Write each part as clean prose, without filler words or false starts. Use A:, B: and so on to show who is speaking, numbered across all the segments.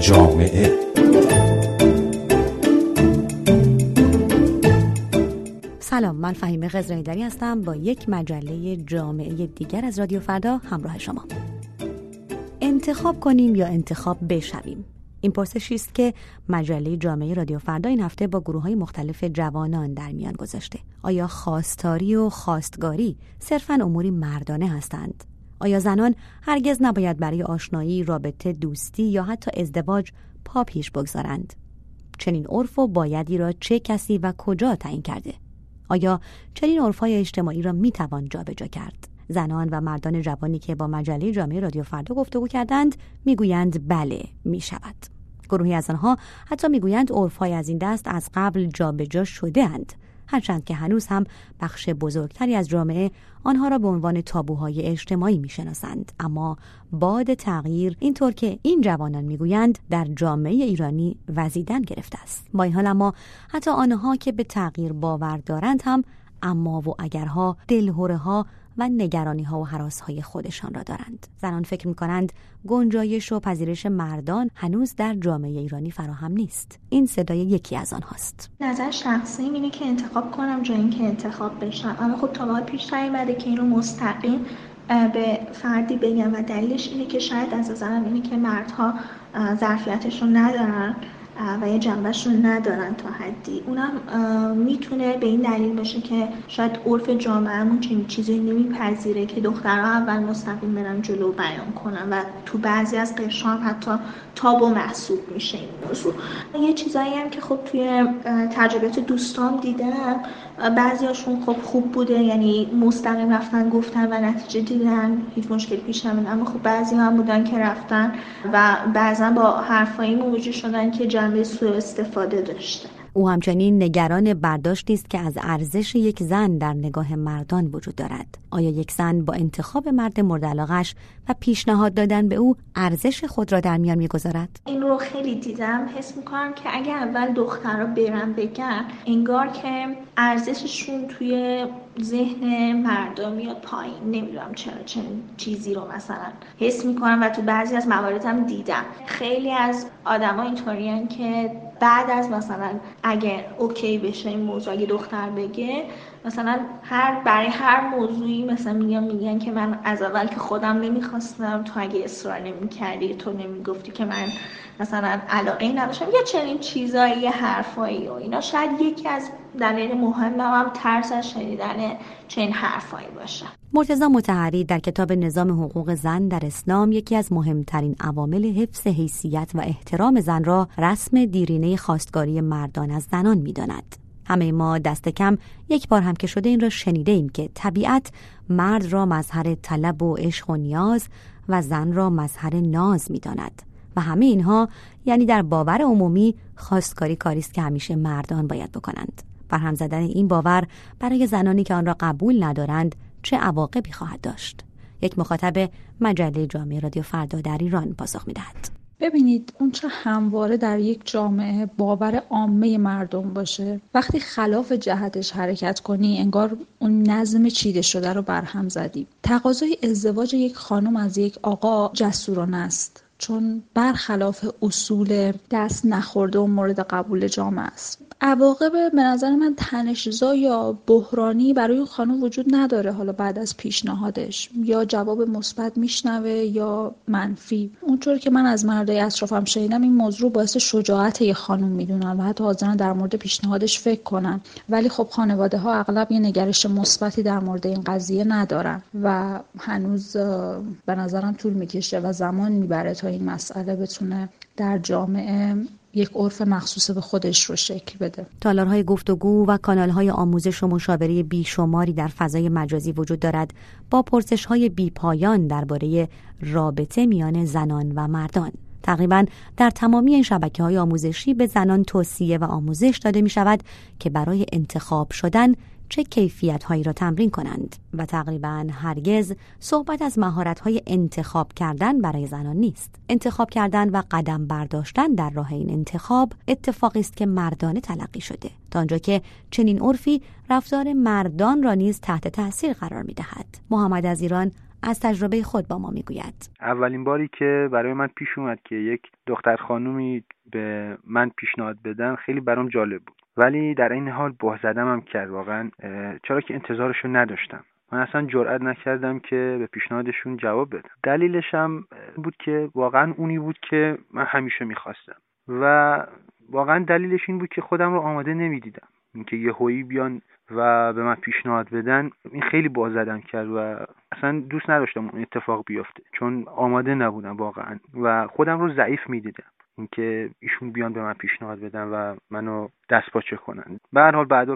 A: جامعه.
B: سلام، من فهیمه خضرایی‌دری هستم با یک مجله جامعه دیگر از رادیو فردا همراه شما. انتخاب کنیم یا انتخاب بشویم؟ این پرسشی است که مجله جامعه رادیو فردا این هفته با گروه‌های مختلف جوانان در میان گذاشته. آیا خواستاری و خواستگاری صرفاً اموری مردانه هستند؟ آیا زنان هرگز نباید برای آشنایی، رابطه، دوستی یا حتی ازدواج پا پیش بگذارند؟ چنین عرف و بایدی را چه کسی و کجا تعیین کرده؟ آیا چنین عرف‌های اجتماعی را میتوان جابجا کرد؟ زنان و مردان جوانی که با مجله جامعه رادیو فردا گفتگو کردند میگویند بله میشود. گروهی از آنها حتی میگویند عرف‌های از این دست از قبل جابجا شده اند، هرچند که هنوز هم بخش بزرگتری از جامعه آنها را به عنوان تابوهای اجتماعی میشناسند. اما باد تغییر، اینطور که این جوانان میگویند، در جامعه ایرانی وزیدن گرفته است. با این حال اما حتی آنها که به تغییر باور دارند هم اما و اگرها، دلهره‌ها و نگرانی‌ها و هراس‌های خودشان را دارند. زنان فکر می‌کنند گنجایش و پذیرش مردان هنوز در جامعه ایرانی فراهم نیست. این صدای یکی از آنهاست.
C: نظر شخصی اینه که انتخاب کنم جای اینکه انتخاب بشم، اما خب تا بعد پیش نیامده که اینو مستقیم به فردی بگم و دلیلش اینه که شاید از نظرم اینه که مردها ظرفیتشون ندارن و یه جنبهشون ندارن تا حدی. اونم میتونه به این دلیل باشه که شاید عرف جامعهمون چنین چیزی نمیپذیره که دخترها اول مستقیم برن جلو بیان کنن و تو بعضی از قشرها هم حتی تابو محسوب میشه این موضوع. یه چیزایی هم که خب توی تجربیات دوستام دیدم، بعضیاشون خب خوب بوده، یعنی مستقیم رفتن گفتن و نتیجه دیدن، هیچ مشکلی پیش نمیاد. اما خب بعضی هم بودن که رفتن و بعضا با حرفایی مواجه شدن که جنبه سوء استفاده داشته.
B: او همچنین نگران برداشتی است که از ارزش یک زن در نگاه مردان وجود دارد. آیا یک زن با انتخاب مرد مورد علاقه‌اش و پیشنهاد دادن به او ارزش خود را در میان می‌گذارد؟
C: این رو خیلی دیدم. حس می‌کنم که اگه اول دخترها برن بگن، انگار که ارزششون توی ذهن مردم میاد پایین. نمیدونم چرا چنین چیزی رو مثلا حس می‌کنم و تو بعضی از موارد هم دیدم. خیلی از آدما اینطورین که بعد از مثلا اگه اوکی بشه این موضوع، اگه دختر بگه مثلا برای هر موضوعی مثلا میگن که من از اول که خودم نمیخواستم، تو اگه اصرار نمیکردی، تو نمیگفتی که من مثلا علاقه نداشتم، یا چنین چیزایی، حرفایی و اینا. شاید یکی از دلایل مهم هم ترس از شنیدن چنین حرفایی باشه.
B: مرتضی مطهری در کتاب نظام حقوق زن در اسلام یکی از مهمترین عوامل حفظ حیثیت و احترام زن را رسم دیرینه خواستگاری مردان از زنان می‌داند. همه ما دست کم یک بار هم که شده این را شنیده ایم که طبیعت مرد را مظهر طلب و عشق و نیاز و زن را مظهر ناز می‌داند و همه اینها یعنی در باور عمومی خواستگاری کاری است که همیشه مردان باید بکنند. برهم زدن این باور برای زنانی که آن را قبول ندارند چه عواقبی خواهد داشت؟ یک مخاطب مجله جامعه رادیو فردا در ایران پاسخ می‌دهد.
D: ببینید، اون چه همواره در یک جامعه باور عامه مردم باشه، وقتی خلاف جهتش حرکت کنی انگار اون نظم چیده شده رو برهم زدی. تقاضای ازدواج یک خانم از یک آقا جسورانه است، چون برخلاف اصول دست نخورده و مورد قبول جامعه است. عواقب به نظر من تنش‌زا یا بحرانی برای اون خانم وجود نداره. حالا بعد از پیشنهادش یا جواب مثبت میشنوه یا منفی. اونطور که من از مردای اطرافم شنیدم، این موضوع باعث شجاعت یه خانم میدونن و حتی حاضرن در مورد پیشنهادش فکر کنن. ولی خب خانواده ها اغلب یه نگرش مثبتی در مورد این قضیه ندارن و هنوز به نظرم طول میکشه و زمان میبره تا این مسئله بتونه در جامعه یک عرف مخصوص به خودش رو شکل بده.
B: تالارهای گفتگو و کانالهای آموزش و مشاوره بیشماری در فضای مجازی وجود دارد با پرسش‌های بی‌پایان درباره رابطه میان زنان و مردان. تقریباً در تمامی این شبکه‌های آموزشی به زنان توصیه و آموزش داده می‌شود که برای انتخاب شدن چه کیفیت‌هایی را تمرین کنند و تقریباً هرگز صحبت از مهارت‌های انتخاب کردن برای زنان نیست. انتخاب کردن و قدم برداشتن در راه این انتخاب اتفاقی است که مردانه تلقی شده، تا آنجا که چنین عرفی رفتار مردان را نیز تحت تاثیر قرار می‌دهد. محمد از ایران از تجربه خود با ما میگوید.
A: اولین باری که برای من پیش اومد که یک دختر خانومی به من پیشنهاد بدن خیلی برام جالب بود، ولی در این حال به‌زدم هم کرد واقعا، چرا که انتظارشو نداشتم. من اصلا جرئت نکردم که به پیشنهادشون جواب بدم. دلیلش هم بود که واقعا اونی بود که من همیشه میخواستم و واقعا دلیلش این بود که خودم رو آماده نمیدیدم. اینکه یهویی بیان و به من پیشنهاد بدن، این خیلی بازدم کرد و اصلا دوست نداشتم اون اتفاق بیفته، چون آماده نبودم واقعا و خودم رو ضعیف میدیدم اینکه ایشون بیان به من پیشنهاد بدن و منو دستپاچه کنن. به هر حال بعدا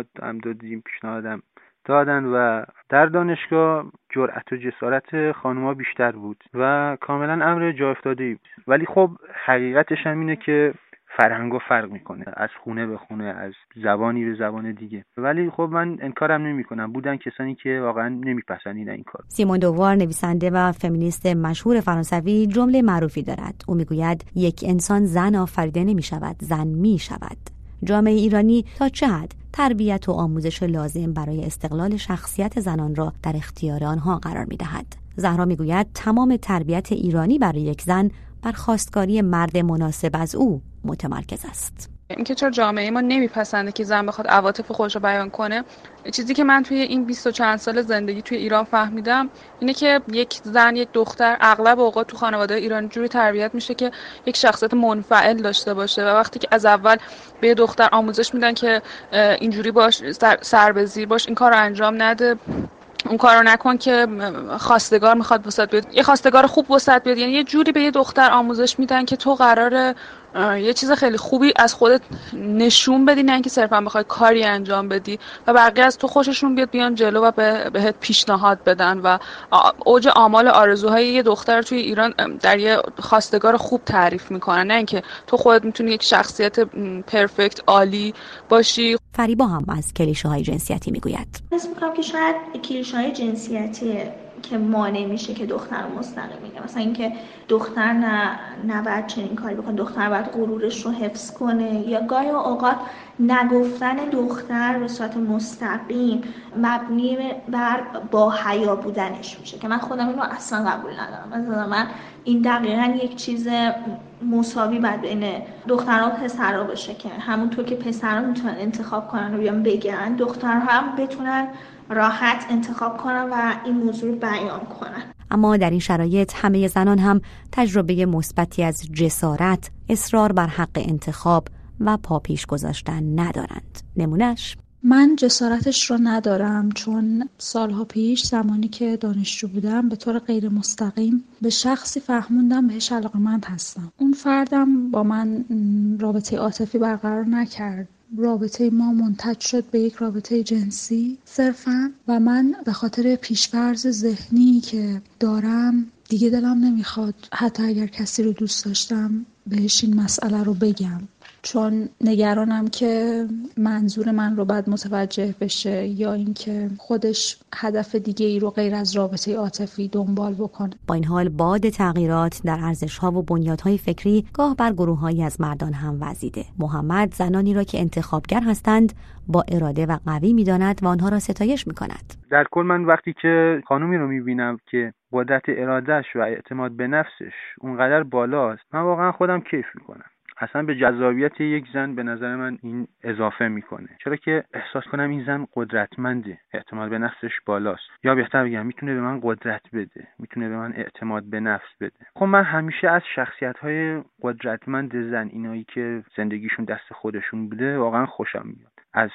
A: پیشنهادم دادن و در دانشگاه جرأت و جسارت خانوما بیشتر بود و کاملا امر جا افتاده‌ای بود. ولی خب حقیقتش هم اینه که فرهنگا فرق میکنه، از خونه به خونه، از زبانی به زبان دیگه. ولی خب من انکارم نمیکنم، بودن کسانی که واقعا نمیپسندیدن این کار.
B: سیمون دووار، نویسنده و فمینیست مشهور فرانسوی، جمله معروفی دارد. او میگوید یک انسان زن آفریده نمیشود، زن میشود. جامعه ایرانی تا چه حد تربیت و آموزش لازم برای استقلال شخصیت زنان را در اختیار آنها قرار میدهد؟ زهرا میگوید تمام تربیت ایرانی برای یک زن بر خواستگاری مرد مناسب از او متمرکز است.
E: اینکه چرا جامعه ما نمیپسنده که زن بخواد عواطف خودش رو بیان کنه، چیزی که من توی این 20 و چند سال زندگی توی ایران فهمیدم اینه که یک زن، یک دختر اغلب اوقات تو خانواده ایرانی جوری تربیت میشه که یک شخصیت منفعل داشته باشه و وقتی که از اول به دختر آموزش میدن که اینجوری باش، سر به زیر باش، این کارو انجام نده، اون کارو نکن که خواستگار میخواد وسط بیاد، یه خواستگار خوب وسط بیاد، یعنی یه جوری به یه دختر آموزش میدن که تو قراره یه چیز خیلی خوبی از خودت نشون بدی، نه اینکه صرفا بخوای کاری انجام بدی و بقیه از تو خوششون بیاد بیان جلو و بهت پیشنهاد بدن و اوج آمال آرزوهای یه دختر توی ایران در یه خواستگار خوب تعریف میکنن، نه اینکه تو خودت میتونی یک شخصیت پرفکت عالی باشی.
B: فریبا هم از کلیشه‌های جنسیتی میگوید.
C: حس میکنم که شاید کلیشه‌های جنسیتی که مانع میشه که دختر مستقیم میگه، مثلا اینکه دختر نباید چنین کاری بکنه، دختر باید غرورش رو حفظ کنه، یا گاهی اوقات نگفتن دختر به صورت مستقیم مبنی بر با حیا بودنش میشه که من خودم اینو اصلا قبول ندارم. مثلا من این دقیقاً یک چیز مساوی باید بین دخترها و پسرها باشه که همونطور که پسرها میتونن انتخاب کنن و بیان بگن، دخترها هم بتونن راحت انتخاب کنن و این موضوع رو بیان کنن.
B: اما در این شرایط همه زنان هم تجربه مثبتی از جسارت، اصرار بر حق انتخاب و پاپیش گذاشتن ندارند. نمونهش
D: من جسارتش رو ندارم، چون سالها پیش زمانی که دانشجو بودم به طور غیر مستقیم به شخصی فهموندم بهش علاقه‌مند هستم. اون فردم با من رابطه عاطفی برقرار نکرد، رابطه ما منتج شد به یک رابطه جنسی صرفاً و من به خاطر پیش‌فرض ذهنی که دارم دیگه دلم نمیخواد حتی اگر کسی رو دوست داشتم بهش این مسئله رو بگم، چون نگرانم که منظور من رو بعد متوجه بشه یا اینکه خودش هدف دیگه ای رو غیر از رابطه عاطفی دنبال بکنه.
B: با این حال باد تغییرات در ارزش‌ها و بنیادهای فکری گاه بر گروه‌هایی از مردان هم وزیده. محمد زنانی را که انتخابگر هستند با اراده و قوی می‌داند و آنها را ستایش می‌کند.
A: در کل من وقتی که خانومی رو می‌بینم که قدرت ارادهش و اعتماد به نفسش اونقدر بالاست، من واقعا خودم کیف می‌کنم. اصلا به جذابیت یک زن به نظر من این اضافه میکنه، چرا که احساس کنم این زن قدرتمنده، اعتماد به نفسش بالاست، یا بهتر بگم میتونه به من قدرت بده، میتونه به من اعتماد به نفس بده. خب من همیشه از شخصیت‌های قدرتمند زن، اینایی که زندگیشون دست خودشون بوده، واقعا خوشم میاد. از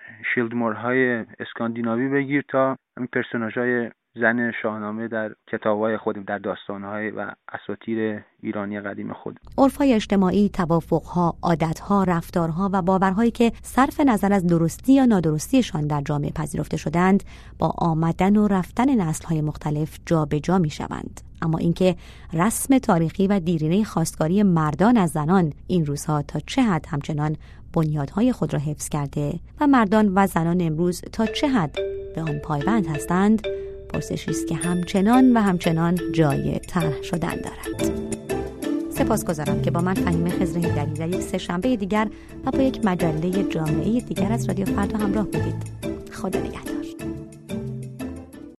A: شیلدمورهای اسکاندیناوی بگیر تا همین پرسوناژهای زن شاهنامه در کتاب‌های خودم، در داستان‌های و اساطیر ایرانی قدیم خود.
B: عرف‌های اجتماعی، توافق‌ها، عادت‌ها، رفتارها و باورهایی که صرف نظر از درستی یا نادرستیشان در جامعه پذیرفته شدند، با آمدن و رفتن نسل‌های مختلف جابجا می‌شوند. اما اینکه رسم تاریخی و دیرینه خواستگاری مردان از زنان این روزها تا چه حد همچنان بنیادهای خود را حفظ کرده و مردان و زنان امروز تا چه حد به آن پایبند هستند، پرسشی است که همچنان جای طرح شدن دارد. سپاسگزارم که با من فهیمه خضرهیدری در یک سه‌شنبه دیگر و با یک مجله جامعه دیگر از رادیو فردا همراه بودید. خدا نگهدار.